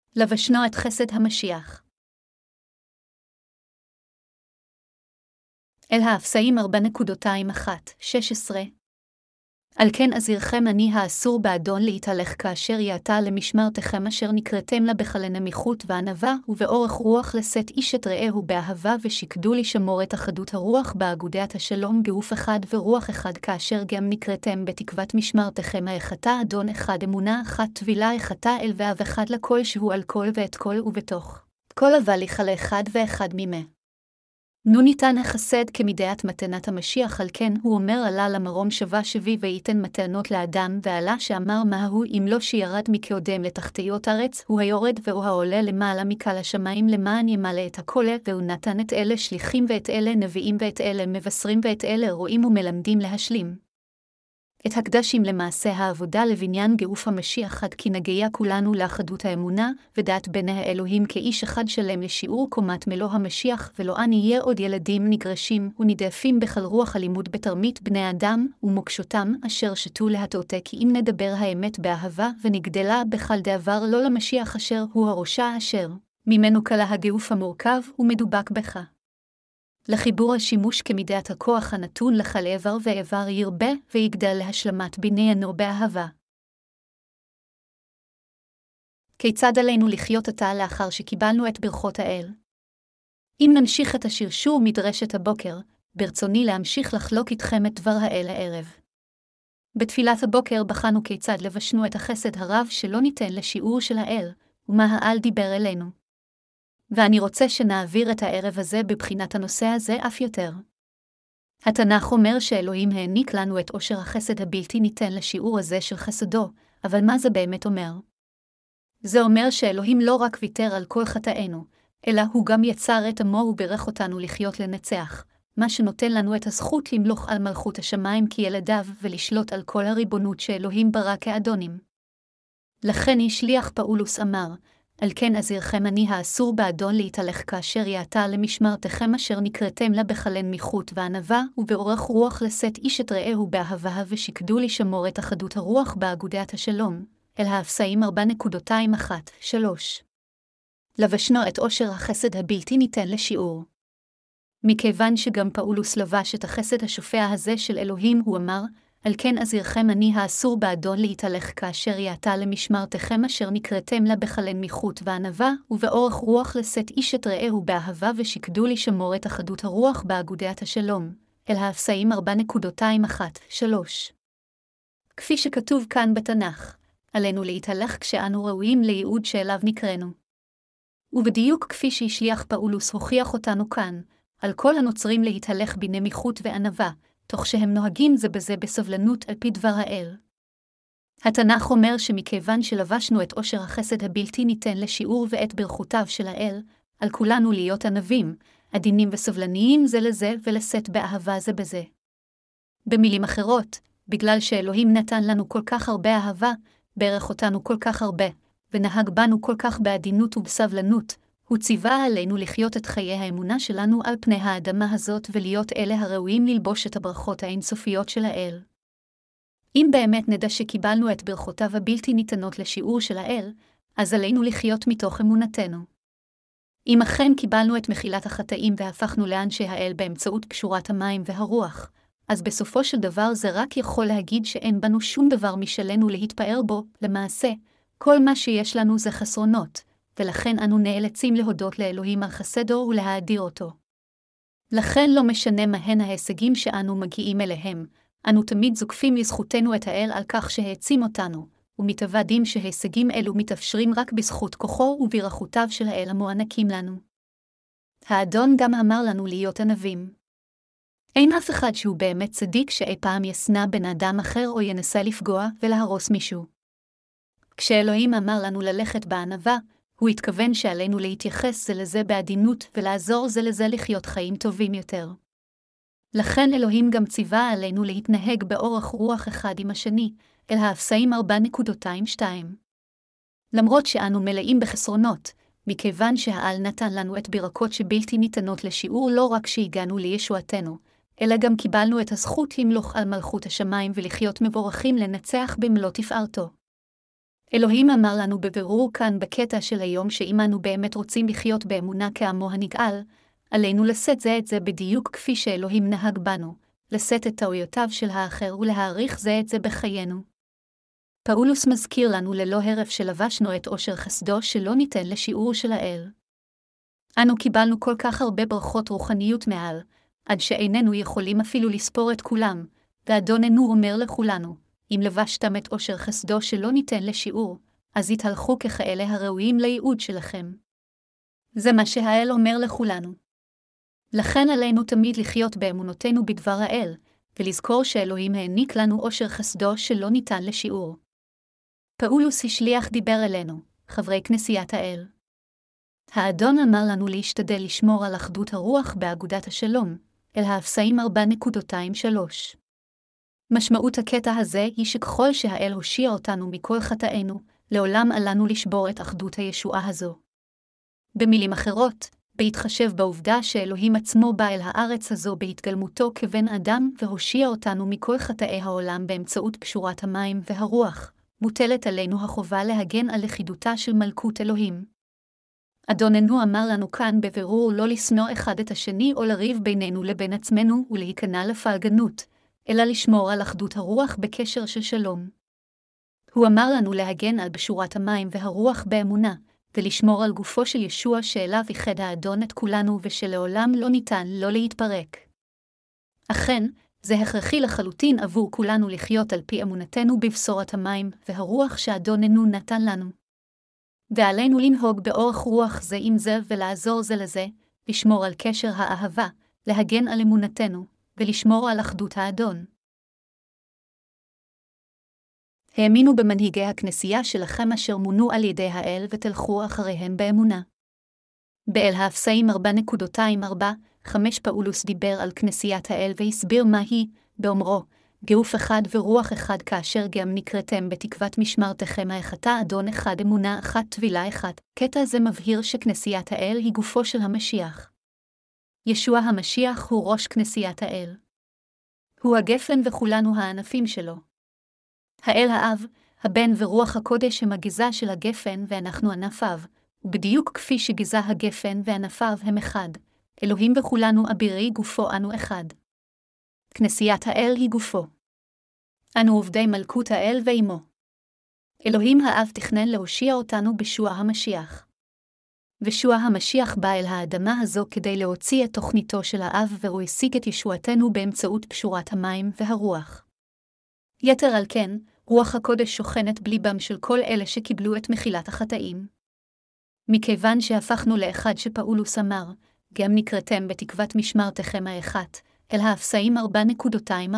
לבשנו את חסד המשיח. אל האפסאים 4.21-16 על כן אזירכם אני האסור באדון להתהלך כאשר יעתה למשמרתכם אשר נקראתם לה בחלל נמיכות וענווה ובאורך רוח לשאת איש את רעהו באהבה ושקדו לשמור את אחדות הרוח באגודת השלום גוף אחד ורוח אחד כאשר גם נקראתם בתקוות משמרתכם האחתה אדון אחד אמונה אחת טבילה אחתה אל ואב אחד לכל שהוא על כל ואת כל ובתוך כל אבל יכלה אחד ואחד ממה. נו ניתן החסד כמידת מתנת המשיח על כן הוא אומר עלה למרום שווה שבי וייתן מתנות לאדם ועלה שאמר מהו אם לא שירד מקודם לתחתיות ארץ הוא היורד והוא העולה למעלה מקל השמיים למען ימלא את הכל והוא נתן את אלה שליחים ואת אלה נביאים ואת אלה מבשרים ואת אלה רואים ומלמדים להשלים את הקדשים למעשה העבודה לבניין גאוף המשיח עד כי נגיע כולנו לאחדות האמונה ודעת בני האלוהים כאיש אחד שלם לשיעור קומת מלוא המשיח ולא נהיה עוד ילדים נגרשים ונדעפים בכל רוח הלימוד בתרמית בני אדם ומוקשותם אשר שתו להטעותה כי אם נדבר האמת באהבה ונגדלה בכל דבר לא למשיח אשר הוא הראשה אשר ממנו כלה הגאוף המורכב ומדובק בך. לחיבור השימוש כמידת הכוח הנתון לכל איבר ואיבר ירבה ויגדל להשלמת בניינו באהבה. כיצד עלינו לחיות עתה לאחר שקיבלנו את ברכות האל? אם נמשיך את השרשור מדרשת הבוקר, ברצוני להמשיך לחלוק איתכם את דבר האל הערב. בתפילת הבוקר בחנו כיצד לבשנו את החסד הרב שלא ניתן לשיעור של האל, ומה האל דיבר אלינו. ואני רוצה שנעביר את הערב הזה בבחינת הנושא הזה אף יותר. התנ"ך אומר שאלוהים העניק לנו את עושר החסד הבלתי ניתן לשיעור הזה של חסדו, אבל מה זה באמת אומר? זה אומר שאלוהים לא רק ויתר על כל חטאינו, אלא הוא גם יצר את עמו וברך אותנו לחיות לנצח, מה שנותן לנו את הזכות למלוך על מלכות השמיים כילדיו ולשלוט על כל הריבונות שאלוהים ברא כאדונים. לכן שליח פאולוס אמר, על כן אזירכם אני האסור באדון להתהלך כאשר יעתה למשמרתכם אשר נקראתם לה בחלל נמיכות וענווה ובאורך רוח לשאת איש את רעהו באהבה ושקדו לשמור את אחדות הרוח באגודת השלום. אל האפסאים 4.21-3 לבשנו את עושר החסד הבלתי ניתן לשיעור. מכיוון שגם פאולוס לבש את החסד השופע הזה של אלוהים הוא אמר, על כן אזירכם אני האסור באדון להתהלך כאשר יעתה למשמרתכם אשר נקראתם לה בחלל נמיכות וענווה ובאורך רוח לשאת איש את רעהו באהבה ושקדו לשמור את אחדות הרוח באגודת השלום. אל האפסאים 4.21-3 כפי שכתוב כאן בתנ"ך, עלינו להתהלך כשאנו ראויים לייעוד שאליו נקראנו. ובדיוק כפי ששליח פאולוס הוכיח אותנו כאן, על כל הנוצרים להתהלך בנמיכות וענווה, תוך שהם נוהגים זה בזה בסבלנות על פי דבר האל. התנ"ך אומר שמכיוון שלבשנו את עושר החסד הבלתי ניתן לשיעור ואת ברכותיו של האל, על כולנו להיות ענבים, עדינים וסבלניים זה לזה ולשאת באהבה זה בזה. במילים אחרות, בגלל שאלוהים נתן לנו כל כך הרבה אהבה, ברך אותנו כל כך הרבה, ונהג בנו כל כך בעדינות ובסבלנות, הוא ציווה עלינו לחיות את חיי האמונה שלנו על פני האדמה הזאת ולהיות אלה הראויים ללבוש את הברכות האינסופיות של האל. אם באמת נדע שקיבלנו את ברכותיו הבלתי ניתנות לשיעור של האל, אז עלינו לחיות מתוך אמונתנו. אם אכן קיבלנו את מחילת החטאים והפכנו לאנשי האל באמצעות קשורת המים והרוח, אז בסופו של דבר זה רק יכול להגיד שאין בנו שום דבר משלנו להתפאר בו, למעשה, כל מה שיש לנו זה חסרונות, ולכן אנו נאלצים להודות לאלוהים על חסדו ולהאדיר אותו. לכן לא משנה מהן ההישגים שאנו מגיעים אליהם, אנו תמיד זוקפים לזכותנו את האל על כך שהעצים אותנו, ומתוודעים שהישגים אלו מתאפשרים רק בזכות כוחו וברכותיו של האל המוענקים לנו. האדון גם אמר לנו להיות ענבים. אין אף אחד שהוא באמת צדיק שאי פעם ישנא בן אדם אחר או ינסה לפגוע ולהרוס מישהו. כשאלוהים אמר לנו ללכת בענווה, הוא התכוון שעלינו להתייחס זה לזה בעדינות ולעזור זה לזה לחיות חיים טובים יותר. לכן אלוהים גם ציווה עלינו להתנהג באורח רוח אחד עם השני, אל האפסאים 4.22. למרות שאנו מלאים בחסרונות, מכיוון שהאל נתן לנו את ברכות שבלתי ניתנות לשיעור לא רק שהגענו לישועתנו, אלא גם קיבלנו את הזכות למלוך על מלכות השמיים ולחיות מבורכים לנצח במלוא תפארתו. אלוהים אמר לנו בבירור כאן בקטע של היום שאם אנו באמת רוצים לחיות באמונה כעמו הנגאל, עלינו לשאת זה את זה בדיוק כפי שאלוהים נהג בנו, לשאת את טעויותיו של האחר ולהעריך זה את זה בחיינו. פאולוס מזכיר לנו ללא הרף שלבשנו את עושר חסדו שלא ניתן לשיעור של האל. אנו קיבלנו כל כך הרבה ברכות רוחניות מעל, עד שאיננו יכולים אפילו לספור את כולם, ואדוננו אומר לכולנו, אם לבשתם את עושר חסדו שלא ניתן לשיעור, אז התהלכו ככאלה הראויים לייעוד שלכם. זה מה שהאל אומר לכולנו. לכן עלינו תמיד לחיות באמונותינו בדבר האל, ולזכור שאלוהים העניק לנו עושר חסדו שלא ניתן לשיעור. פאולוס השליח דיבר אלינו, חברי כנסיית האל. האדון אמר לנו להשתדל לשמור על אחדות הרוח באגודת השלום, אל האפסאים 4.23. משמעות הקטע הזה היא שככל שהאל הושיע אותנו מכל חטאינו, לעולם עלינו לשבור את אחדות הישועה הזו. במילים אחרות, בהתחשב בעובדה שאלוהים עצמו בא אל הארץ הזו בהתגלמותו כבן אדם והושיע אותנו מכל חטאי העולם באמצעות פשורת המים והרוח, מוטלת עלינו החובה להגן על לכידותה של מלכות אלוהים. אדוננו אמר לנו כאן בבירור לא לשנוא אחד את השני או לריב בינינו לבין עצמנו ולהיכנע לפלגנות, אלא לשמור על אחדות הרוח בקשר של שלום. הוא אמר לנו להגן על בשורת המים והרוח באמונה, ולשמור על גופו של ישוע שאליו ייחד האדון את כולנו ושלעולם לא ניתן לא להתפרק. אכן, זה הכרחי לחלוטין עבור כולנו לחיות על פי אמונתנו בבשורת המים והרוח שאדוננו נתן לנו. ועלינו לנהוג באורח רוח זה עם זה ולעזור זה לזה, לשמור על קשר האהבה, להגן על אמונתנו, ולשמור על אחדות האדון. האמינו במנהיגי הכנסייה שלכם אשר מונו על ידי האל ותלכו אחריהם באמונה. באל האפסאים 4.24-5 פאולוס דיבר על כנסיית האל והסביר מה היא, באומרו, גוף אחד ורוח אחד כאשר גם נקראתם בתקוות משמרתכם האחתה אדון אחד אמונה אחת טבילה אחת. קטע זה מבהיר שכנסיית האל היא גופו של המשיח. ישוע המשיח הוא ראש כנסיית האל. הוא הגפן וכולנו הענפים שלו. האל האב, הבן ורוח הקודש הם הגזה של הגפן ואנחנו ענפיו, ובדיוק כפי שגזה הגפן וענפיו הם אחד, אלוהים וכולנו אבירי גופו אנו אחד. כנסיית האל היא גופו. אנו עובדי מלכות האל ועמו. אלוהים האב תכנן להושיע אותנו בישוע המשיח. וישוע המשיח בא אל האדמה הזו כדי להוציא את תוכניתו של האב והוא השיג את ישועתנו באמצעות פשורת המים והרוח. יתר על כן, רוח הקודש שוכנת בליבם של כל אלה שקיבלו את מחילת החטאים. מכיוון שהפכנו לאחד שפאולוס אמר, גם נקראתם בתקוות משמרתכם האחת, אל האפסאים 4.24.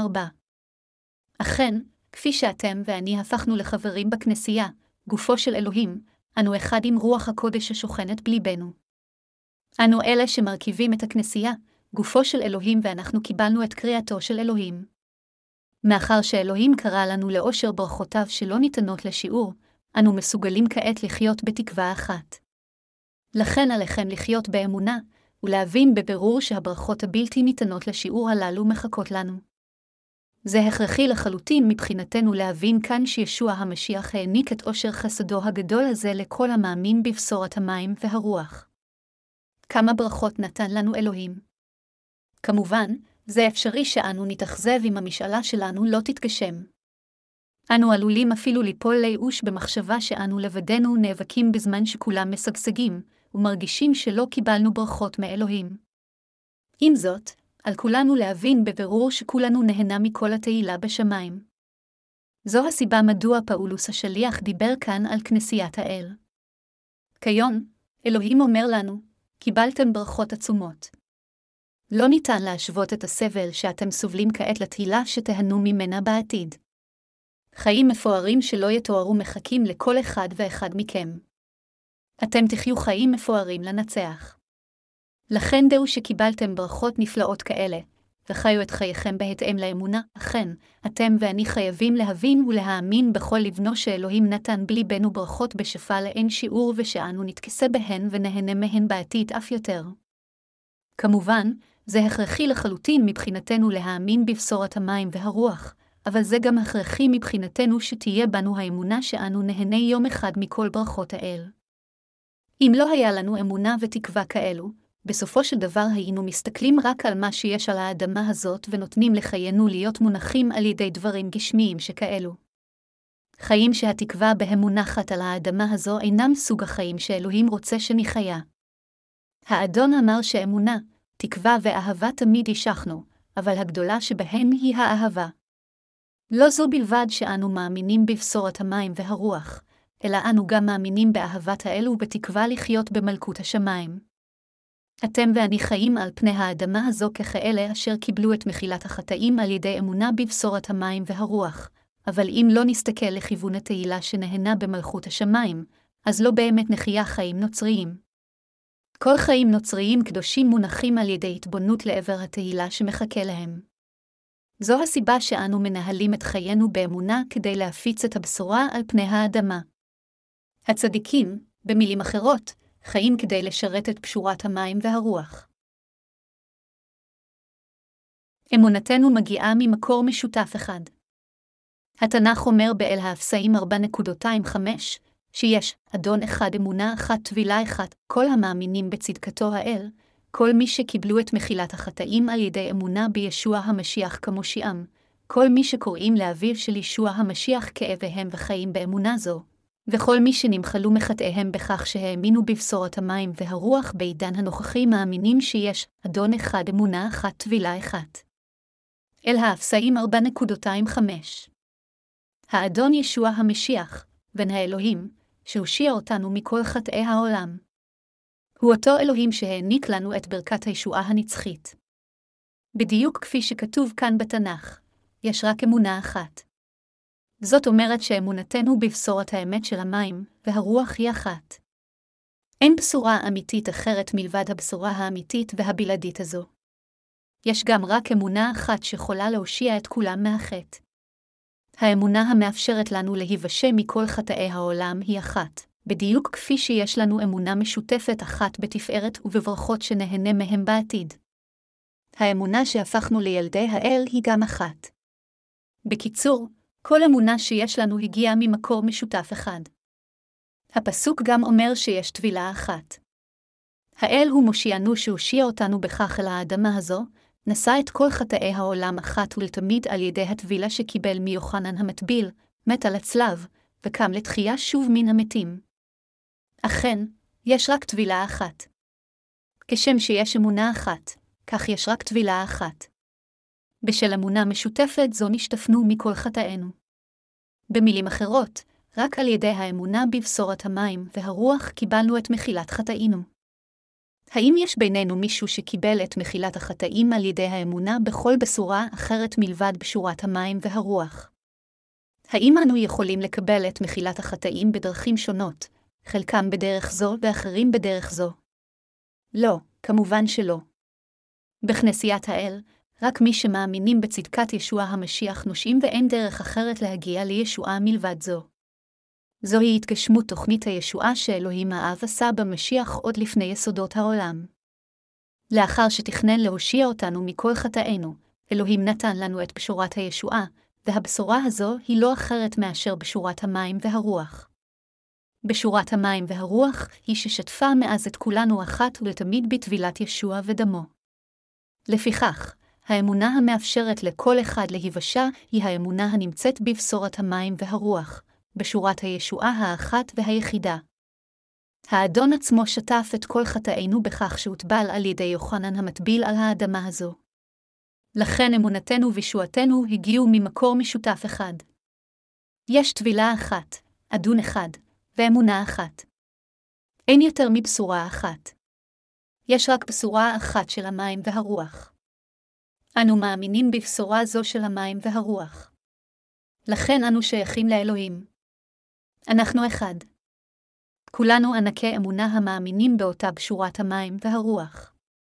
אכן, כפי שאתם ואני הפכנו לחברים בכנסייה, גופו של אלוהים, אנו אחד עם רוח הקודש השוכנת בליבנו. אנו אלה שמרכיבים את הכנסייה, גופו של אלוהים ואנחנו קיבלנו את קריאתו של אלוהים. מאחר שאלוהים קרא לנו לאושר ברכותיו שלא ניתנות לשיעור, אנו מסוגלים כעת לחיות בתקווה אחת. לכן עליכם לחיות באמונה, ולהבין בבירור שהברכות הבלתי ניתנות לשיעור הללו מחכות לנו. זה הכרחי לחלוטין מבחינתנו להבין כאן שישוע המשיח העניק את עושר חסדו הגדול הזה לכל המאמין בבשורת המים והרוח. כמה ברכות נתן לנו אלוהים. כמובן, זה אפשרי שאנו נתאכזב אם המשאלה שלנו לא תתגשם. אנו עלולים אפילו ליפול לייאוש במחשבה שאנו לבדנו נאבקים בזמן שכולם משגשגים, ומרגישים שלא קיבלנו ברכות מאלוהים. עם זאת, על כולנו להבין בבירור שכולנו נהנה מכל התהילה בשמיים. זו הסיבה מדוע פאולוס השליח דיבר כאן על כנסיית האל. כיום, אלוהים אומר לנו, קיבלתם ברכות עצומות. לא ניתן להשוות את הסבל שאתם סובלים כעת לתהילה שתהנו ממנה בעתיד. חיים מפוארים שלא יתוארו מחכים לכל אחד ואחד מכם. אתם תחיו חיים מפוארים לנצח. לכן דעו שקיבלתם ברכות נפלאות כאלה, וחיו את חייכם בהתאם לאמונה. אכן, אתם ואני חייבים להבין ולהאמין בכל לבנו שאלוהים נתן בליבנו ברכות בשפע לאין שיעור ושאנו נתכסה בהן ונהנה מהן בעתיד אף יותר. כמובן, זה הכרחי לחלוטין מבחינתנו להאמין בבשורת המים והרוח, אבל זה גם הכרחי מבחינתנו שתהיה בנו האמונה שאנו נהנה יום אחד מכל ברכות האל. אם לא היה לנו אמונה ותקווה כאלו, בסופו של דבר היינו מסתכלים רק על מה שיש על האדמה הזאת ונותנים לחיינו להיות מונחים על ידי דברים גשמיים שכאלו. חיים שהתקווה בהם מונחת על האדמה הזו אינם סוג החיים שאלוהים רוצה שנחיה. האדון אמר שאמונה, תקווה ואהבה תמיד ישכנו, אבל הגדולה שבהן היא האהבה. לא זו בלבד שאנו מאמינים בבשורת המים והרוח, אלא אנו גם מאמינים באהבת האל ובתקווה לחיות במלכות השמיים. אתם ואני חיים על פני האדמה הזו ככאלה אשר קיבלו את מחילת החטאים על ידי אמונה בבשורת המים והרוח, אבל אם לא נסתכל לכיוון התהילה שנהנה במלכות השמיים, אז לא באמת נחיה חיים נוצריים. כל חיים נוצריים קדושים מונחים על ידי התבוננות לעבר התהילה שמחכה להם. זו הסיבה שאנו מנהלים את חיינו באמונה כדי להפיץ את הבשורה על פני האדמה. הצדיקים, במילים אחרות, חיים כדי לשרת את פשורת המים והרוח. אמונתנו מגיעה ממקור משותף אחד. התנ"ך אומר באל האפסאים 4.25, שיש אדון אחד, אמונה אחת, טבילה אחת, כל המאמינים בצדקתו האל, כל מי שקיבלו את מחילת החטאים על ידי אמונה בישוע המשיח כמושיעם, כל מי שקוראים לאביו של ישוע המשיח כאביהם וחיים באמונה זו, וכל מי שנמחלו מחטאיהם בכך שהאמינו בבשורת המים והרוח בעידן הנוכחי מאמינים שיש אדון אחד, אמונה אחת, טבילה אחת. אל האפסאים 4.25. האדון ישוע המשיח, בן האלוהים, שהושיע אותנו מכל חטאי העולם. הוא אותו אלוהים שהעניק לנו את ברכת הישועה הנצחית. בדיוק כפי שכתוב כאן בתנ"ך, יש רק אמונה אחת. זאת אומרת שאמונתנו בבשורת האמת של המים והרוח היא אחת. אין בשורה אמיתית אחרת מלבד הבשורה האמיתית והבלעדית הזו. יש גם רק אמונה אחת שיכולה להושיע את כולם מהחטא. האמונה המאפשרת לנו להיוושע מכל חטאי העולם היא אחת, בדיוק כפי שיש לנו אמונה משותפת אחת בתפארת ובברכות שנהנה מהם בעתיד. האמונה שהפכנו לילדי האל היא גם אחת. בקיצור, כל אמונה שיש לנו הגיעה ממקור משותף אחד. הפסוק גם אומר שיש טבילה אחת. האל הוא מושיענו שהושיע אותנו בכך אל האדמה הזו, נשא את כל חטאי העולם אחת ולתמיד על ידי הטבילה שקיבל מיוחנן המטביל, מת על הצלב, וקם לתחייה שוב מן המתים. אכן, יש רק טבילה אחת. כשם שיש אמונה אחת, כך יש רק טבילה אחת. בשל אמונה משותפת זו נשטפנו מכל חטאינו. במילים אחרות, רק על ידי האמונה בבשורת המים והרוח קיבלנו את מחילת חטאינו. האם יש בינינו מישהו שקיבל את מחילת החטאים על ידי האמונה בכל בשורה אחרת מלבד בשורת המים והרוח? האם אנו יכולים לקבל את מחילת החטאים בדרכים שונות, חלקם בדרך זו ואחרים בדרך זו? לא, כמובן שלא. בכנסיית האל, רק מי שמאמינים בצדקת ישוע המשיח נושעים ואין דרך אחרת להגיע לישועה מלבד זו. זוהי התגשמות תוכנית הישועה שאלוהים האב עשה במשיח עוד לפני יסודות העולם. לאחר שתכנן להושיע אותנו מכל חטאינו, אלוהים נתן לנו את בשורת הישועה, והבשורה הזו היא לא אחרת מאשר בשורת המים והרוח. בשורת המים והרוח היא ששטפה מאז את כולנו אחת ולתמיד בטבילת ישוע ודמו. לפיכך, האמונה המאפשרת לכל אחד להיוושע היא האמונה הנמצאת בבשורת המים והרוח, בשורת הישועה האחת והיחידה. האדון עצמו שטף את כל חטאינו בכך שהוטבל על ידי יוחנן המטביל על האדמה הזו. לכן אמונתנו וישועתנו הגיעו ממקור משותף אחד. יש טבילה אחת, אדון אחד, ואמונה אחת. אין יותר מבשורה אחת. יש רק בשורה אחת של המים והרוח. אנו מאמינים בבשורה זו של המים והרוח. לכן אנו שייכים לאלוהים. אנחנו אחד. כולנו ענקי אמונה המאמינים באותה בשורת המים והרוח.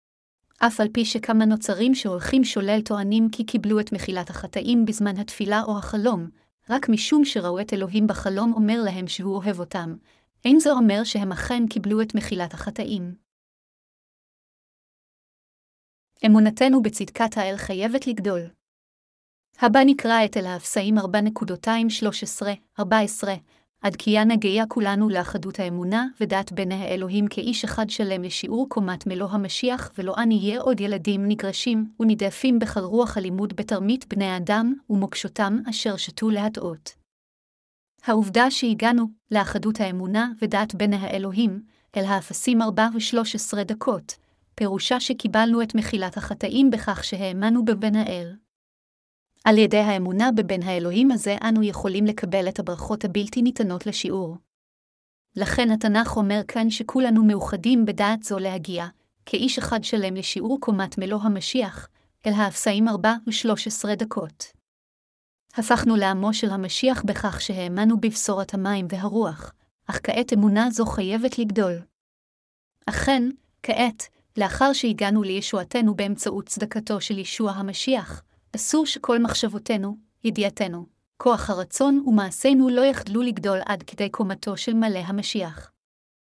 אף על פי שכמה נוצרים שהולכים שולל טוענים כי קיבלו את מחילת החטאים בזמן התפילה או החלום, רק משום שראו את אלוהים בחלום אומר להם שהוא אוהב אותם, אין זה אומר שהם אכן קיבלו את מחילת החטאים. אמונתנו בצדקת האל חייבת לגדול. הבא נקרא את אל האפסאים 4.213-14, עד כי נגיע כולנו לאחדות האמונה ודעת בין האלוהים כאיש אחד שלם לשיעור קומת מלוא המשיח, ולא נהיה עוד ילדים נגרשים ונידפים בכל רוח הלימוד בתרמית בני האדם ומוקשותם אשר שתו להטעות. העובדה שהגענו לאחדות האמונה ודעת בין האלוהים, אל האפסים 4:13, פירושה שקיבלנו את מחילת החטאים בכך שהאמנו בבן האל. על ידי האמונה בבן האלוהים הזה אנו יכולים לקבל את הברכות הבלתי ניתנות לשיעור. לכן התנ"ך אומר כאן שכולנו מאוחדים בדעת זו להגיע, כאיש אחד שלם לשיעור קומת מלוא המשיח, אל האפסאים 4:13. הפכנו לעמו של המשיח בכך שהאמנו בבשורת המים והרוח, אך כעת אמונה זו חייבת לגדול. אכן, כעת, לאחר שהגענו לישועתנו באמצעות צדקתו של ישוע המשיח, אסור שכל מחשבותינו, ידיעתנו, כוח הרצון ומעשינו לא יחדלו לגדול עד כדי קומתו של מלא המשיח.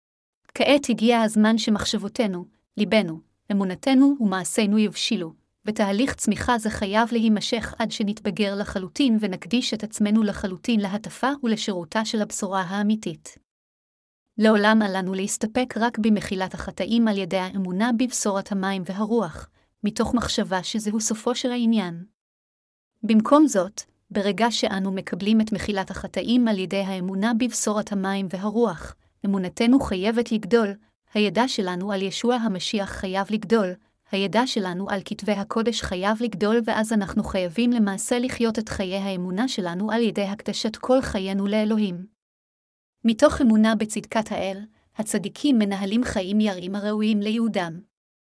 כעת הגיע הזמן שמחשבותינו, ליבנו, אמונתנו ומעשינו יבשילו, ותהליך צמיחה זה חייב להימשך עד שנתבגר לחלוטין ונקדיש את עצמנו לחלוטין להטפה ולשירותה של הבשורה האמיתית. לעולם עלינו להסתפק רק במחילת החטאים על ידי האמונה בבשורת המים והרוח, מתוך מחשבה שזהו סופו של העניין. במקום זאת, ברגע שאנו מקבלים את מחילת החטאים על ידי האמונה בבשורת המים והרוח, אמונתנו חייבת לגדול, הידע שלנו על ישוע המשיח חייב לגדול, הידע שלנו על כתבי הקודש חייב לגדול, ואז אנחנו חייבים למעשה לחיות את חיי האמונה שלנו על ידי הקדשת כל חיינו לאלוהים. מתוך אמונה בצדקת האל, הצדיקים מנהלים חיים יראים הראויים ליהודם.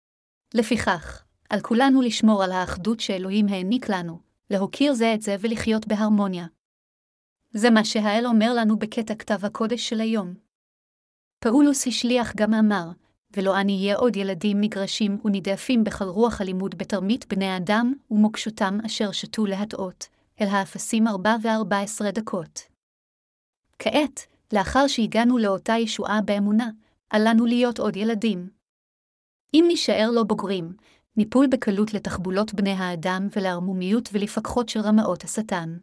לפיכך, על כולנו לשמור על האחדות שאלוהים העניק לנו, להוקיר זה את זה ולחיות בהרמוניה. זה מה שהאל אומר לנו בקטע כתב הקודש של היום. פאולוס השליח גם אמר, ולא נהיה עוד ילדים נגרשים ונידפים בכל רוח הלימוד בתרמית בני האדם ומוקשותם אשר שתו להטעות, אל האפסים 4:14. כעת, לאחר שהגענו לאותה ישועה באמונה, עלינו להיות עוד ילדים. אם נשאר לא בוגרים, ניפול בקלות לתחבולות בני האדם ולערמומיות ולפקחות של רמאות השטן.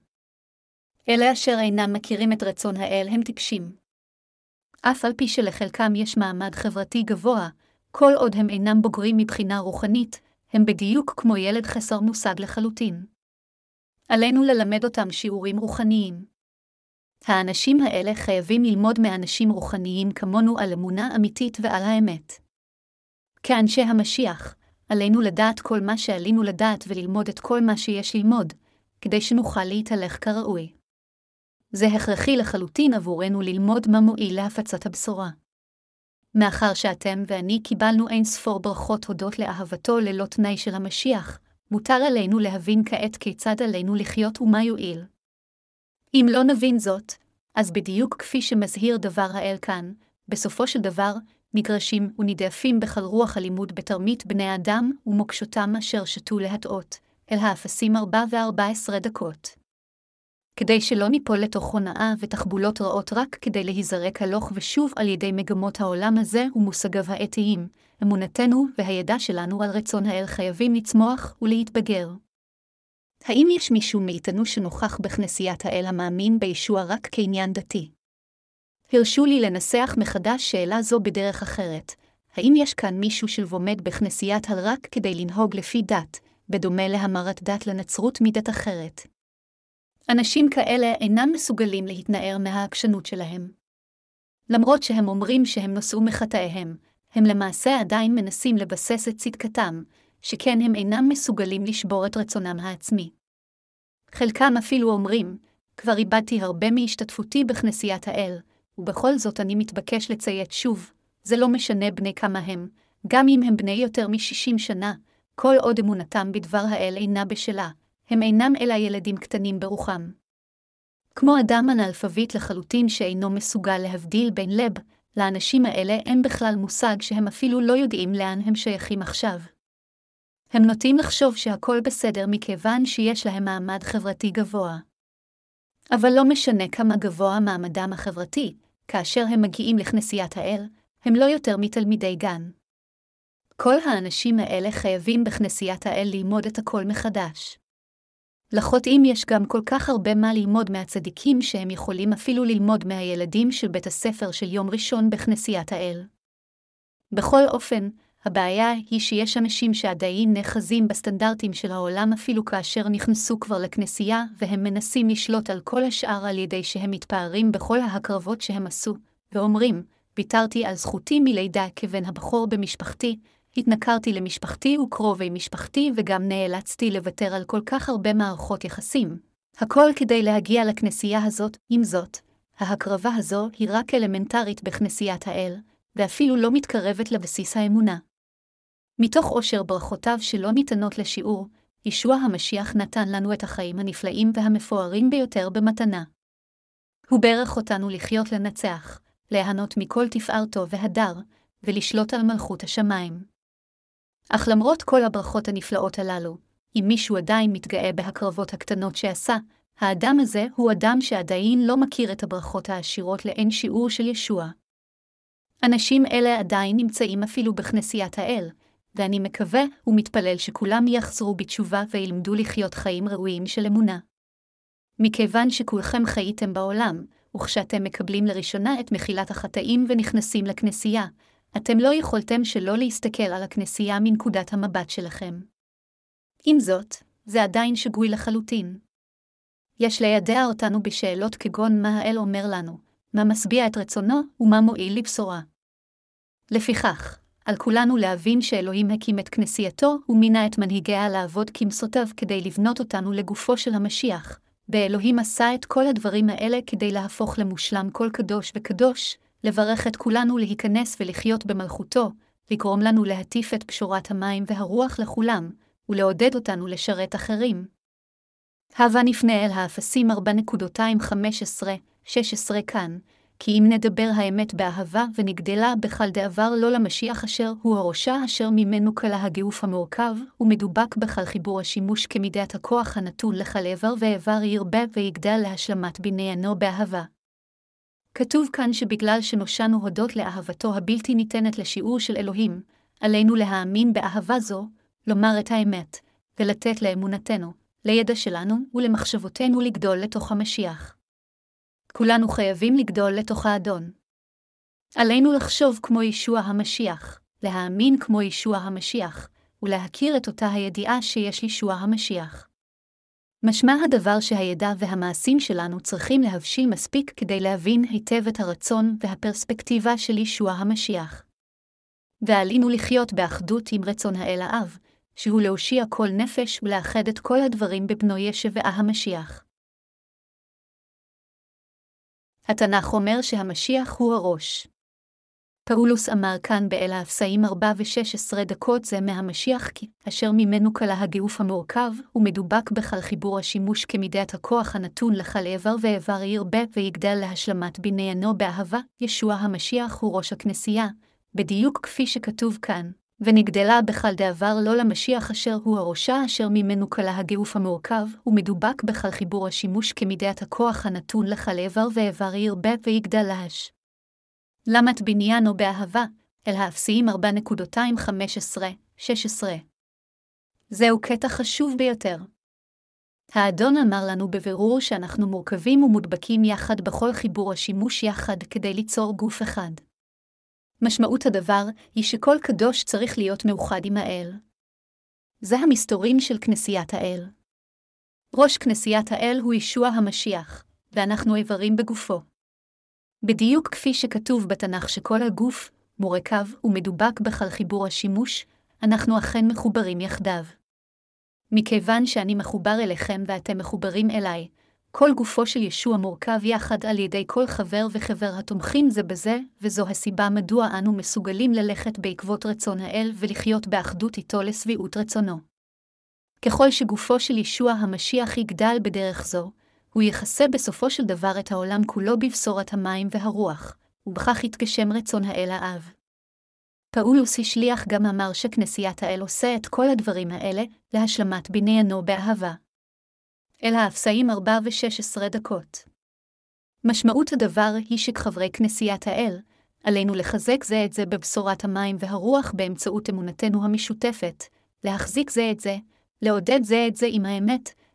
אלה אשר אינם מכירים את רצון האל הם טיפשים. אף על פי שלחלקם יש מעמד חברתי גבוה, כל עוד הם אינם בוגרים מבחינה רוחנית, הם בדיוק כמו ילד חסר מושג לחלוטין. עלינו ללמד אותם שיעורים רוחניים. האנשים האלה חייבים ללמוד מאנשים רוחניים כמונו על אמונה אמיתית ועל האמת. כאנשי המשיח, עלינו לדעת כל מה שעלינו לדעת וללמוד את כל מה שיש ללמוד, כדי שנוכל להתהלך כראוי. זה הכרחי לחלוטין עבורנו ללמוד מה מועיל להפצת הבשורה. מאחר שאתם ואני קיבלנו אין ספור ברכות הודות לאהבתו ללא תנאי של המשיח, מותר עלינו להבין כעת כיצד עלינו לחיות ומה יועיל. אם לא נבין זאת, אז בדיוק כפי שמזהיר דבר האל כאן, בסופו של דבר, נגרשים ונידפים בכל רוח הלימוד בתרמית בני האדם ומוקשותם אשר שתו להטעות, אל האפסים 4:14. כדי שלא ניפול לתוך הונאה ותחבולות רעות רק כדי להיזרק הלוך ושוב על ידי מגמות העולם הזה ומושגיו האתיים, אמונתנו והידע שלנו על רצון האל חייבים לצמוח ולהתבגר. האם יש מישהו מאיתנו שנוכח בכנסיית האל המאמין בישוע רק כעניין דתי? הרשו לי לנסח מחדש שאלה זו בדרך אחרת. האם יש כאן מישהו שלומד בכנסיית האל רק כדי לנהוג לפי דת, בדומה להמרת דת לנצרות מדת אחרת? אנשים כאלה אינם מסוגלים להתנער מהעקשנות שלהם. למרות שהם אומרים שהם נושאו מחטאיהם, הם למעשה עדיין מנסים לבסס את צדקתם, שכן הם אינם מסוגלים לשבור את רצונם העצמי. חלקם אפילו אומרים, כבר איבדתי הרבה מהשתתפותי בכנסיית האל, ובכל זאת אני מתבקש לציית שוב, זה לא משנה בני כמה הם, גם אם הם בני יותר מ-60 שנה, כל עוד אמונתם בדבר האל אינה בשלה, הם אינם אלא ילדים קטנים ברוחם. כמו אדם אנאלפביט לחלוטין שאינו מסוגל להבדיל בין לב, לאנשים האלה אין בכלל מושג שהם אפילו לא יודעים לאן הם שייכים עכשיו. הם נוטים לחשוב שהכל בסדר מכיוון שיש להם מעמד חברתי גבוה. אבל לא משנה כמה גבוה מעמדם החברתי, כאשר הם מגיעים לכנסיית האל, הם לא יותר מתלמידי גן. כל האנשים האלה חייבים בכנסיית האל ללמוד את הכל מחדש. לחוטאים יש גם כל כך הרבה מה ללמוד מהצדיקים שהם יכולים אפילו ללמוד מהילדים של בית הספר של יום ראשון בכנסיית האל. בכל אופן, הבעיה היא שיש אנשים שעדיין נחזים בסטנדרטים של העולם אפילו כאשר נכנסו כבר לכנסייה, והם מנסים לשלוט על כל השאר על ידי שהם מתפארים בכל ההקרבות שהם עשו, ואומרים, ויתרתי על זכותי מלידה כבן הבכור במשפחתי, התנכרתי למשפחתי וקרובי משפחתי וגם נאלצתי לוותר על כל כך הרבה מערכות יחסים. הכל כדי להגיע לכנסייה הזאת. עם זאת, ההקרבה הזו היא רק אלמנטרית בכנסיית האל, ואפילו לא מתקרבת לבסיס האמונה. מתוך עושר ברכותיו שלא ניתנות לשיעור, ישוע המשיח נתן לנו את החיים הנפלאים והמפוארים ביותר במתנה. הוא ברך אותנו לחיות לנצח, ליהנות מכל תפארתו והדר, ולשלוט על מלכות השמיים. אך למרות כל הברכות הנפלאות הללו, אם מישהו עדיין מתגאה בהקרבות הקטנות שעשה, האדם הזה הוא אדם שעדיין לא מכיר את הברכות העשירות לאין שיעור של ישוע. אנשים אלה עדיין נמצאים אפילו בכנסיית האל, ואני מקווה ומתפלל שכולם יחזרו בתשובה וילמדו לחיות חיים ראויים של אמונה. מכיוון שכולכם חייתם בעולם, וכשאתם מקבלים לראשונה את מחילת החטאים ונכנסים לכנסייה, אתם לא יכולתם שלא להסתכל על הכנסייה מנקודת המבט שלכם. עם זאת, זה עדיין שגוי לחלוטין. יש לידע אותנו בשאלות כגון מה האל אומר לנו, מה משביע את רצונו ומה מועיל לבשורה. לפיכך, על כולנו להבין שאלוהים הקים את כנסייתו ומינה את מנהיגיה לעבוד כמסותיו כדי לבנות אותנו לגופו של המשיח, ואלוהים עשה את כל הדברים האלה כדי להפוך למושלם כל קדוש וקדוש, לברך את כולנו להיכנס ולחיות במלכותו, לגרום לנו להטיף את פשורת המים והרוח לכולם, ולעודד אותנו לשרת אחרים. הבה נפנה אל האפסים 4.15-16 כאן, כי אם נדבר האמת באהבה ונגדלה בכל דעבר לא למשיח אשר הוא הראשה אשר ממנו כלה הגוף המורכב, ומדובק בכל חיבור השימוש כמידת הכוח הנתון לכל איבר ואיבר ירבה ויגדל להשלמת בניינו באהבה. כתוב כאן שבגלל שנושענו הודות לאהבתו הבלתי ניתנת לשיעור של אלוהים, עלינו להאמין באהבה זו, לומר את האמת, ולתת לאמונתנו, לידע שלנו ולמחשבותינו לגדול לתוך המשיח. כולנו חייבים לגדול לתוך האדון. עלינו לחשוב כמו ישוע המשיח, להאמין כמו ישוע המשיח, ולהכיר את אותה הידיעה שיש ישוע המשיח. משמע הדבר שהידע והמעשים שלנו צריכים להבשיל מספיק כדי להבין היטב את הרצון והפרספקטיבה של ישוע המשיח. ועלינו לחיות באחדות עם רצון האל האב, שהוא להושיע כל נפש ולאחד את כל הדברים בבנו ישוע המשיח. התנ"ך אומר שהמשיח הוא הראש. פאולוס אמר כאן באל האפסאים 4:16 זה מהמשיח כי, אשר ממנו כלה הגוף המורכב, ומדובק בכל חיבור השימוש כמידת הכוח הנתון לכל איבר ואיבר ירבה ויגדל להשלמת בניינו באהבה, ישוע המשיח הוא ראש הכנסייה, בדיוק כפי שכתוב כאן, ונגדלה בכל דעבר לא למשיח אשר הוא הראשה אשר ממנו כלה הגוף המורכב, ומדובק בכל חיבור השימוש כמידת הכוח הנתון לכל איבר ואיבר ירבה ויגדל להש. למת בניינו באהבה, אל האפסיים 4.15-16. זהו קטע חשוב ביותר. האדון אמר לנו בבירור שאנחנו מורכבים ומודבקים יחד בכל חיבור השימוש יחד כדי ליצור גוף אחד. משמעות הדבר היא שכל קדוש צריך להיות מאוחד עם האל. זה המסתורים של כנסיית האל. ראש כנסיית האל הוא ישוע המשיח, ואנחנו איברים בגופו. בדיוק כפי שכתוב בתנ"ך שכל הגוף, מורכב ומדובק בכל חיבור השימוש, אנחנו אכן מחוברים יחדיו. מכיוון שאני מחובר אליכם ואתם מחוברים אליי, כל גופו של ישוע מורכב יחד על ידי כל חבר וחבר התומכים זה בזה, וזו הסיבה מדוע אנו מסוגלים ללכת בעקבות רצון האל ולחיות באחדות איתו לשביעות רצונו. ככל שגופו של ישוע המשיח יגדל בדרך זו, הוא יכסה בסופו של דבר את העולם כולו בבשורת המים והרוח, ובכך יתגשם רצון האל האב. פאולוס השליח גם אמר שכנסיית האל עושה את כל הדברים האלה להשלמת בניינו באהבה. אל האפסאים 4:16. משמעות הדבר היא שכחברי כנסיית האל, עלינו לחזק זה את זה בבשורת המים והרוח באמצעות אמונתנו המשותפת, להחזיק זה את זה, לעודד זה את זה עם האמת,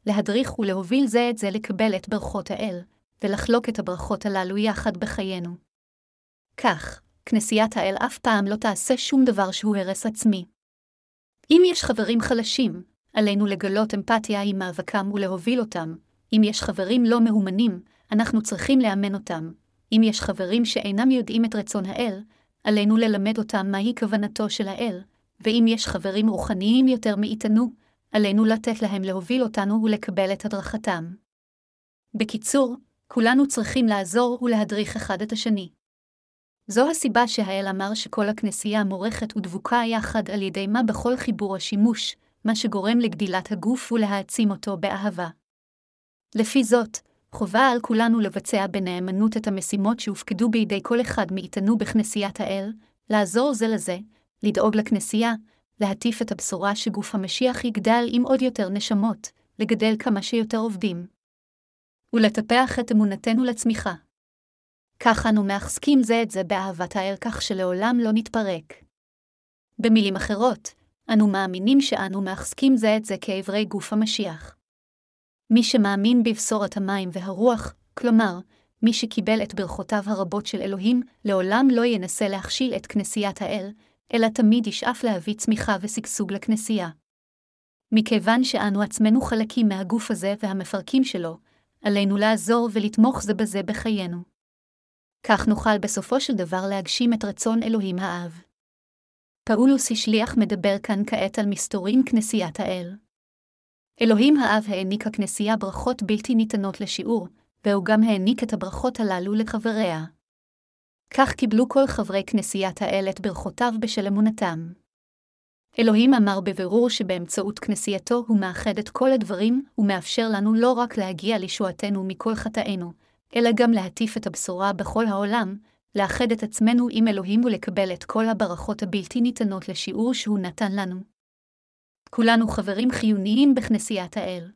להדריך ולהוביל זה את זה לקבל את ברכות האל, ולחלוק את הברכות הללו יחד בחיינו. כך, כנסיית האל אף פעם לא תעשה שום דבר שהוא הרס עצמי. אם יש חברים חלשים, עלינו לגלות אמפתיה עם מאבקם ולהוביל אותם. אם יש חברים לא מאומנים, אנחנו צריכים לאמן אותם. אם יש חברים שאינם יודעים את רצון האל, עלינו ללמד אותם מהי כוונתו של האל. ואם יש חברים רוחניים יותר מאיתנו, עלינו לתת להם להוביל אותנו ולקבל את הדרכתם. בקיצור, כולנו צריכים לעזור ולהדריך אחד את השני. זו הסיבה שהאל אמר שכל הכנסייה מורכת ודבוקה יחד על ידי מה בכל חיבור השימוש, מה שגורם לגדילת הגוף ולהעצים אותו באהבה. לפי זאת, חובה על כולנו לבצע בנאמנות את המשימות שהופקדו בידי כל אחד מאיתנו בכנסיית האל, לעזור זה לזה, לדאוג לכנסייה, להטיף את הבשורה שגוף המשיח יגדל עם עוד יותר נשמות, לגדל כמה שיותר עובדים, ולטפח את אמונתנו לצמיחה. כך אנו מחזקים זה את זה באהבת האל כך שלעולם לא נתפרק. במילים אחרות, אנו מאמינים שאנו מחזקים זה את זה כאיברי גוף המשיח. מי שמאמין בבשורת המים והרוח, כלומר, מי שקיבל את ברכותיו הרבות של אלוהים, לעולם לא ינסה להכשיל את כנסיית האל, אלא תמיד ישאף להביא צמיחה ושגשוג לכנסייה. מכיוון שאנו עצמנו חלקים מהגוף הזה והמפרקים שלו, עלינו לעזור ולתמוך זה בזה בחיינו. כך נוכל בסופו של דבר להגשים את רצון אלוהים האב. פאולוס השליח מדבר כאן כעת על מסתורים כנסיית האל. אלוהים האב העניק הכנסייה ברכות בלתי ניתנות לשיעור, והוא גם העניק את הברכות הללו לחבריה. כך קיבלו כל חברי כנסיית האל את ברכותיו בשל אמונתם. אלוהים אמר בבירור שבאמצעות כנסייתו הוא מאחד את כל הדברים ומאפשר לנו לא רק להגיע לישועתנו מכל חטאינו, אלא גם להטיף את הבשורה בכל העולם, לאחד את עצמנו עם אלוהים ולקבל את כל הברכות הבלתי ניתנות לשיעור שהוא נתן לנו. כולנו חברים חיוניים בכנסיית האל.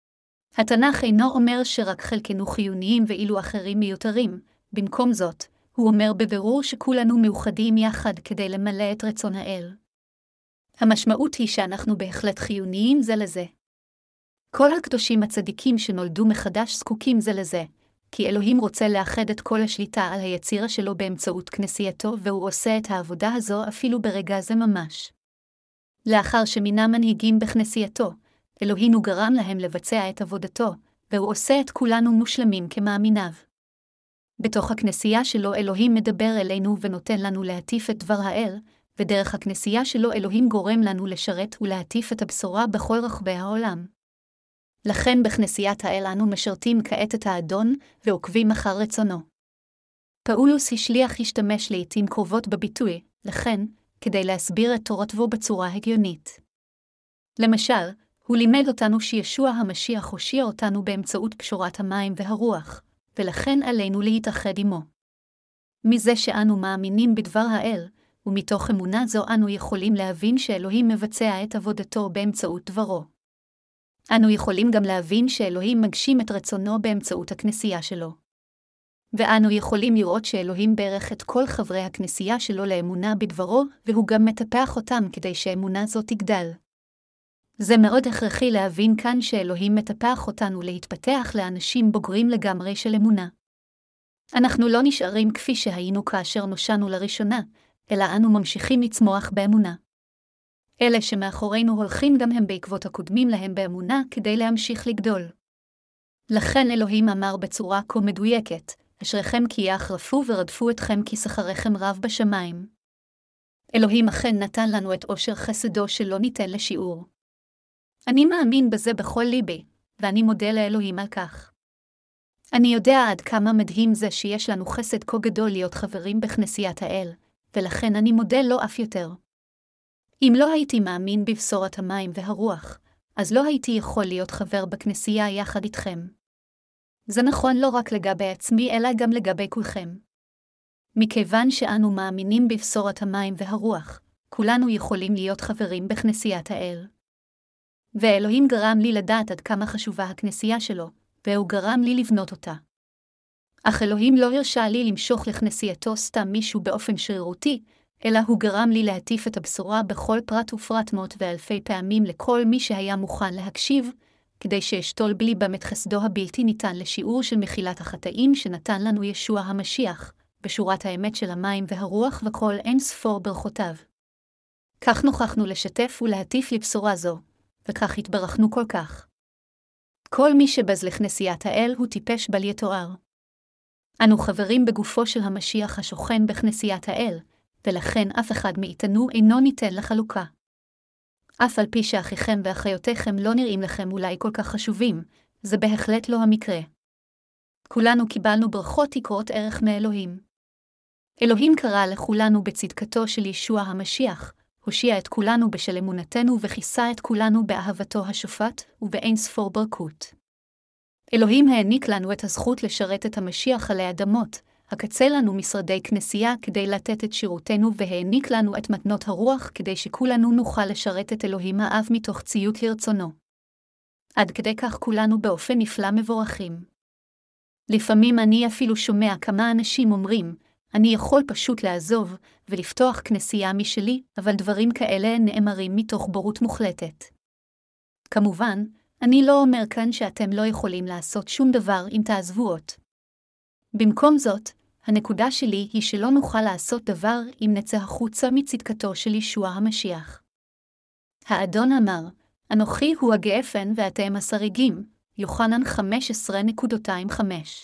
התנ"ך אינו אומר שרק חלקנו חיוניים ואילו אחרים מיותרים, במקום זאת, הוא אומר בבירור שכולנו מאוחדים יחד כדי למלא את רצון האל. המשמעות היא שאנחנו בהחלט חיוניים זה לזה. כל הקדושים הצדיקים שנולדו מחדש זקוקים זה לזה, כי אלוהים רוצה לאחד את כל השליטה על היצירה שלו באמצעות כנסייתו, והוא עושה את העבודה הזו אפילו ברגע זה ממש. לאחר שמינה מנהיגים בכנסייתו, אלוהים הוא גרם להם לבצע את עבודתו, והוא עושה את כולנו מושלמים כמאמיניו. בתוך הכנסייה שלו אלוהים מדבר אלינו ונותן לנו להטיף את דבר האל, ודרך הכנסייה שלו אלוהים גורם לנו לשרת ולהטיף את הבשורה בכל רחבי העולם. לכן בכנסיית האל אנו משרתים כעת את האדון ועוקבים אחר רצונו. פאולוס השליח השתמש לעתים קרובות בביטוי, לכן, כדי להסביר את תורתו בצורה הגיונית. למשל, הוא לימד אותנו שישוע המשיח הושיע אותנו באמצעות פשורת המים והרוח, ולכן עלינו להתאחד עמו. מזה שאנו מאמינים בדבר האל, ומתוך אמונה זו אנו יכולים להבין שאלוהים מבצע את עבודתו באמצעות דברו. אנו יכולים גם להבין שאלוהים מגשים את רצונו באמצעות הכנסייה שלו. ואנו יכולים לראות שאלוהים ברך את כל חברי הכנסייה שלו לאמונה בדברו, והוא גם מטפח אותם כדי שאמונה זו תגדל. זה מאוד הכרחי להבין כאן שאלוהים מטפח אותנו להתפתח לאנשים בוגרים לגמרי של אמונה. אנחנו לא נשארים כפי שהיינו כאשר נושענו לראשונה, אלא אנו ממשיכים לצמוח באמונה. אלה שמאחורינו הולכים גם הם בעקבות הקודמים להם באמונה כדי להמשיך לגדול. לכן אלוהים אמר בצורה כה מדויקת, אשריכם כי יחרפו ורדפו אתכם כי שכרכם רב בשמיים. אלוהים אכן נתן לנו את עושר חסדו שלא ניתן לשיעור. אני מאמין בזה בכל ליבי, ואני מודה לאלוהים על כך. אני יודע עד כמה מדהים זה שיש לנו חסד כה גדול להיות חברים בכנסיית האל, ולכן אני מודה לו אף יותר. אם לא הייתי מאמין בבשורת המים והרוח, אז לא הייתי יכול להיות חבר בכנסייה יחד איתכם. זה נכון לא רק לגבי עצמי, אלא גם לגבי כולכם. מכיוון שאנו מאמינים בבשורת המים והרוח, כולנו יכולים להיות חברים בכנסיית האל. ואלוהים גרם לי לדעת עד כמה חשובה הכנסייה שלו, והוא גרם לי לבנות אותה. אך אלוהים לא הרשה לי למשוך לכנסייתו סתם מישהו באופן שרירותי, אלא הוא גרם לי להטיף את הבשורה בכל פרט ופרט מאות ואלפי פעמים לכל מי שהיה מוכן להקשיב, כדי שאשתול בליבם את חסדו הבלתי ניתן לשיעור של מחילת החטאים שנתן לנו ישוע המשיח, בשורת האמת של המים והרוח וכל אין ספור ברכותיו. כך נוכחנו לשתף ולהטיף לבשורה זו, וכך התברכנו כל כך. כל מי שבז לכנסיית האל הוא טיפש בל יתואר. אנו חברים בגופו של המשיח השוכן בכנסיית האל, ולכן אף אחד מאיתנו אינו ניתן לחלוקה. אף על פי שאחיכם ואחיותיכם לא נראים לכם אולי כל כך חשובים, זה בהחלט לא המקרה. כולנו קיבלנו ברכות יקרות ערך מאלוהים. אלוהים קרא לכולנו בצדקתו של ישוע המשיח, הושיע את כולנו בשל אמונתנו וכיסה את כולנו באהבתו השופט ובאין ספור ברכות. אלוהים העניק לנו את הזכות לשרת את המשיח עלי אדמות, הקצה לנו משרדי כנסייה כדי לתת את שירותנו והעניק לנו את מתנות הרוח כדי שכולנו נוכל לשרת את אלוהים האב מתוך ציות לרצונו. עד כדי כך כולנו באופן נפלא מבורכים. לפעמים אני אפילו שומע כמה אנשים אומרים, אני יכול פשוט לעזוב ולפתוח כנסייה משלי, אבל דברים כאלה נאמרים מתוך בורות מוחלטת. כמובן, אני לא אומר כאן שאתם לא יכולים לעשות שום דבר אם תעזבו אות. במקום זאת, הנקודה שלי היא שלא נוכל לעשות דבר אם נצא החוצה מצדקתו של ישוע המשיח. האדון אמר, אנוכי הוא הגאפן ואתם השריגים, יוחנן 15:25.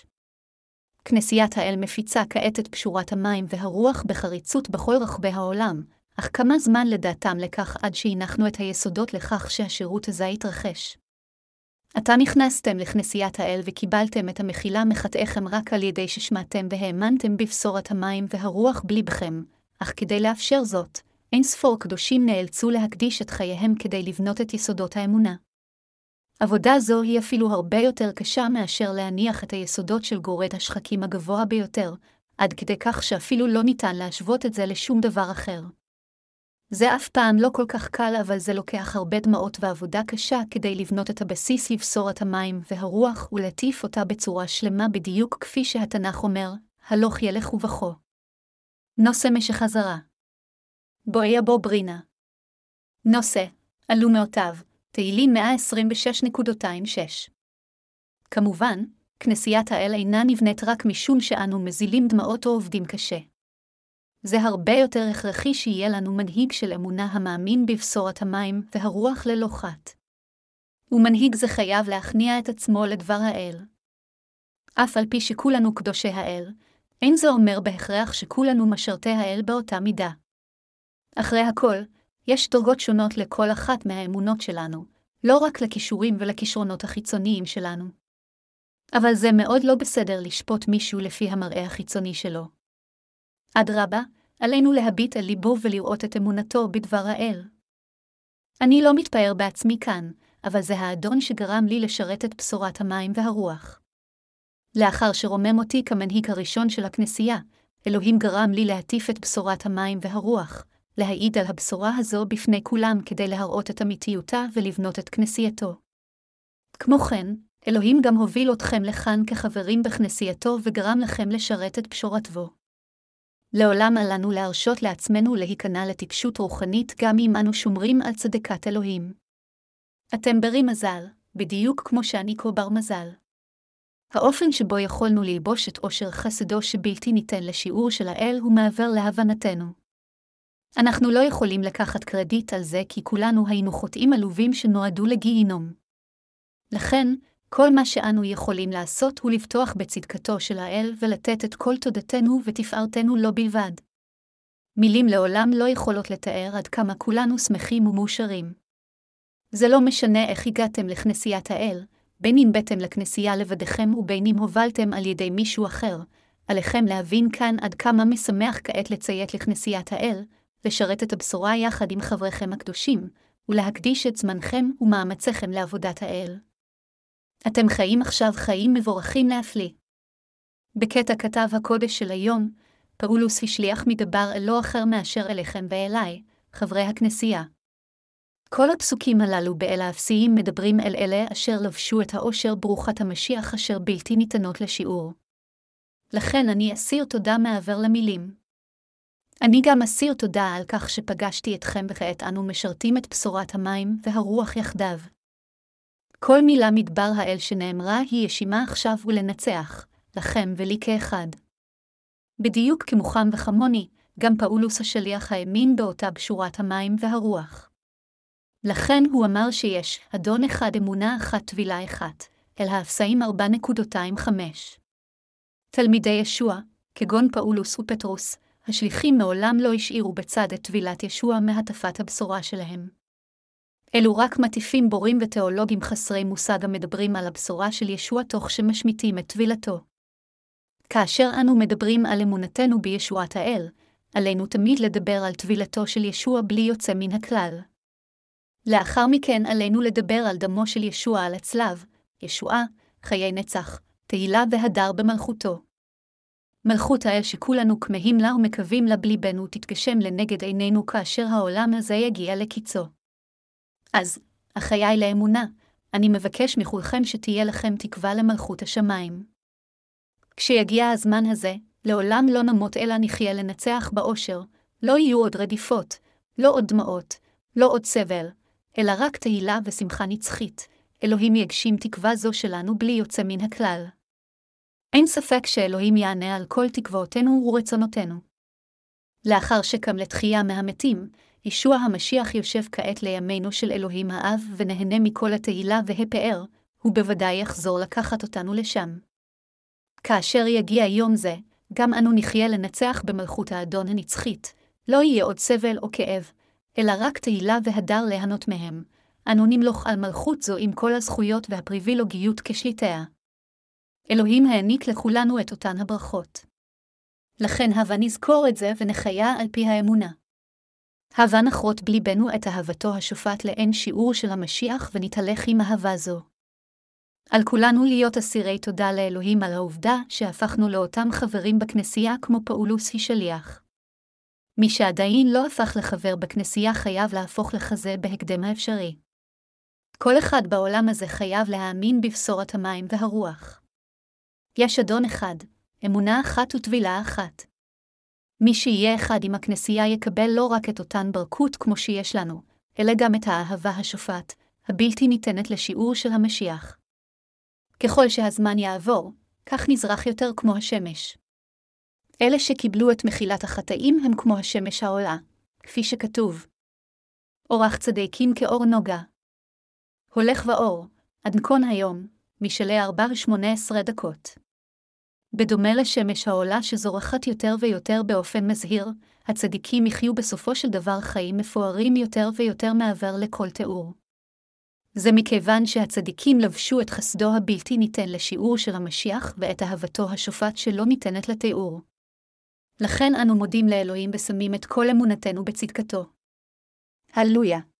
כנסיית האל מפיצה כעת את פשורת המים והרוח בחריצות בכל רחבי העולם, אך כמה זמן לדעתם לכך עד שהנחנו את היסודות לכך שהשירות הזה יתרחש? עתה נכנסתם לכנסיית האל וקיבלתם את המחילה מחטאיכם רק על ידי ששמעתם והאמנתם בבשורת המים והרוח בליבכם, אך כדי לאפשר זאת, אין ספור קדושים נאלצו להקדיש את חייהם כדי לבנות את יסודות האמונה. עבודה זו היא אפילו הרבה יותר קשה מאשר להניח את היסודות של גורד השחקים הגבוה ביותר, עד כדי כך שאפילו לא ניתן להשוות את זה לשום דבר אחר. זה אף פעם לא כל כך קל, אבל זה לוקח הרבה דמעות ועבודה קשה כדי לבנות את הבסיס לבשורת המים והרוח ולהטיף אותה בצורה שלמה בדיוק כפי שהתנ"ך אומר, הלוך ילך ובכו. נושא משך הזרע. בואי בו ברינה. נושא, עלו מאותיו, תהילים 126.26. כמובן, כנסיית האל אינה נבנית רק משום שאנו מזילים דמעות או עובדים קשה. זה הרבה יותר הכרחי שיהיה לנו מנהיג של אמונה המאמין בבשורת המים והרוח ללא חת. ומנהיג זה חייב להכניע את עצמו לדבר האל. אף על פי שכולנו קדושי האל, אין זה אומר בהכרח שכולנו משרתי האל באותה מידה. אחרי הכל, יש דרגות שונות לכל אחת מהאמונות שלנו, לא רק לכישורים ולכישרונות החיצוניים שלנו. אבל זה מאוד לא בסדר לשפוט מישהו לפי המראה החיצוני שלו. אדרבה, עלינו להביט על ליבו ולראות את אמונתו בדבר האל. אני לא מתפאר בעצמי כאן, אבל זה האדון שגרם לי לשרת את בשורת המים והרוח. לאחר שרומם אותי כמנהיג הראשון של הכנסייה, אלוהים גרם לי להטיף את בשורת המים והרוח, להעיד על הבשורה הזו בפני כולם כדי להראות את אמיתיותה ולבנות את כנסייתו. כמו כן, אלוהים גם הוביל אתכם לכאן כחברים בכנסייתו וגרם לכם לשרת את בשורתו. לעולם עלינו להרשות לעצמנו להיכנע לטיפשות רוחנית גם אם אנו שומרים על צדקת אלוהים. אתם ברי מזל, בדיוק כמו שאני כה בר מזל. האופן שבו יכולנו ללבוש את עושר חסדו שבלתי ניתן לשיעור של האל הוא מעבר להבנתנו. אנחנו לא יכולים לקחת קרדיט על זה כי כולנו היינו חוטאים עלובים שנועדו לגיהינום. לכן, כל מה שאנו יכולים לעשות הוא לבטוח בצדקתו של האל ולתת את כל תודתנו ותפארתנו לו בלבד. מילים לעולם לא יכולות לתאר עד כמה כולנו שמחים ומאושרים. זה לא משנה איך הגעתם לכנסיית האל, בין אם באתם לכנסייה לבדכם ובין אם הובלתם על ידי מישהו אחר, עליכם להבין כאן עד כמה משמח כעת לציית לכנסיית האל, לשרת את הבשורה יחד עם חבריכם הקדושים, ולהקדיש את זמנכם ומאמציכם לעבודת האל. אתם חיים עכשיו חיים מבורכים להפליא. בקטע כתב הקודש של היום, פאולוס השליח מדבר אל לא אחר מאשר אליכם ואליי, חברי הכנסייה. כל הפסוקים הללו באל האפסיים מדברים אל אלה אשר לבשו את האושר ברוכת המשיח אשר בלתי ניתנות לשיעור. לכן אני אסיר תודה מעבר למילים. אני גם אסיר תודה על כך שפגשתי אתכם וכעת אנו משרתים את בשורת המים והרוח יחדיו. כל מילה מדבר האל שנאמרה היא ישימה עכשיו ולנצח, לכם ולי כאחד. בדיוק כמוכם וכמוני, גם פאולוס השליח האמין באותה בשורת המים והרוח. לכן הוא אמר שיש אדון אחד, אמונה אחת, טבילה אחת, אל האפסאים 4.25. תלמידי ישוע, כגון פאולוס ופטרוס, השליחים מעולם לא השאירו בצד את טבילת ישוע מהטפת הבשורה שלהם. אלו רק מטיפים בורים ותיאולוגים חסרי מושג המדברים על הבשורה של ישוע תוך שמשמיטים את טבילתו. כאשר אנו מדברים על אמונתנו בישועת האל, עלינו תמיד לדבר על טבילתו של ישוע בלי יוצא מן הכלל. לאחר מכן עלינו לדבר על דמו של ישוע על הצלב, ישועה, חיי נצח, תהילה והדר במלכותו. מלכות האל שכולנו כמהים לה ומקווים לה בליבנו תתגשם לנגד עינינו כאשר העולם הזה יגיע לקיצו. אז, אחיי לאמונה, אני מבקש מכולכם שתהיה לכם תקווה למלכות השמיים. כשיגיע הזמן הזה, לעולם לא נמות אלא נחיה לנצח באושר, לא יהיו עוד רדיפות, לא עוד דמעות, לא עוד סבל, אלא רק תהילה ושמחה נצחית. אלוהים יגשים תקווה זו שלנו בלי יוצא מן הכלל. אין ספק שאלוהים יענה על כל תקוותינו ורצונותינו. לאחר שקם לתחייה מהמתים, ישוע המשיח יושב כעת לימינו של אלוהים האב ונהנה מכל התהילה והפאר, הוא בוודאי יחזור לקחת אותנו לשם. כאשר יגיע יום זה, גם אנו נחיה לנצח במלכות האדון הנצחית, לא יהיה עוד סבל או כאב, אלא רק תהילה והדר ליהנות מהם. אנו נמלוך על מלכות זו עם כל הזכויות והפריבילוגיות כשליטיה. אלוהים העניק לכולנו את אותן הברכות. לכן הבה נזכור את זה ונחיה על פי האמונה. הבה נחרות בליבנו את אהבתו השופט לאין שיעור של המשיח ונתהלך עם אהבה זו. על כולנו להיות אסירי תודה לאלוהים על העובדה שהפכנו לאותם חברים בכנסייה כמו פאולוס השליח. מי שעדיין לא הפך לחבר בכנסייה חייב להפוך לכזה בהקדם האפשרי. כל אחד בעולם הזה חייב להאמין בבשורת המים והרוח. יש אדון אחד, אמונה אחת וטבילה אחת. מי שיהיה אחד עם הכנסייה יקבל לא רק את אותן ברכות כמו שיש לנו, אלא גם את האהבה השופט, הבלתי ניתנת לשיעור של המשיח. ככל שהזמן יעבור, כך נזרח יותר כמו השמש. אלה שקיבלו את מחילת החטאים הם כמו השמש העולה, כפי שכתוב. אורח צדיקים כאור נוגה. הולך ואור, עד נכון היום, משלי 4:18. בדומה לשמש העולה שזורחת יותר ויותר באופן מזהיר, הצדיקים יחיו בסופו של דבר חיים מפוארים יותר ויותר מעבר לכל תיאור. זה מכיוון שהצדיקים לבשו את חסדו הבלתי ניתן לשיעור של המשיח ואת אהבתו השופט שלא ניתנת לתיאור. לכן אנו מודים לאלוהים ושמים את כל אמונתנו בצדקתו. הללויה.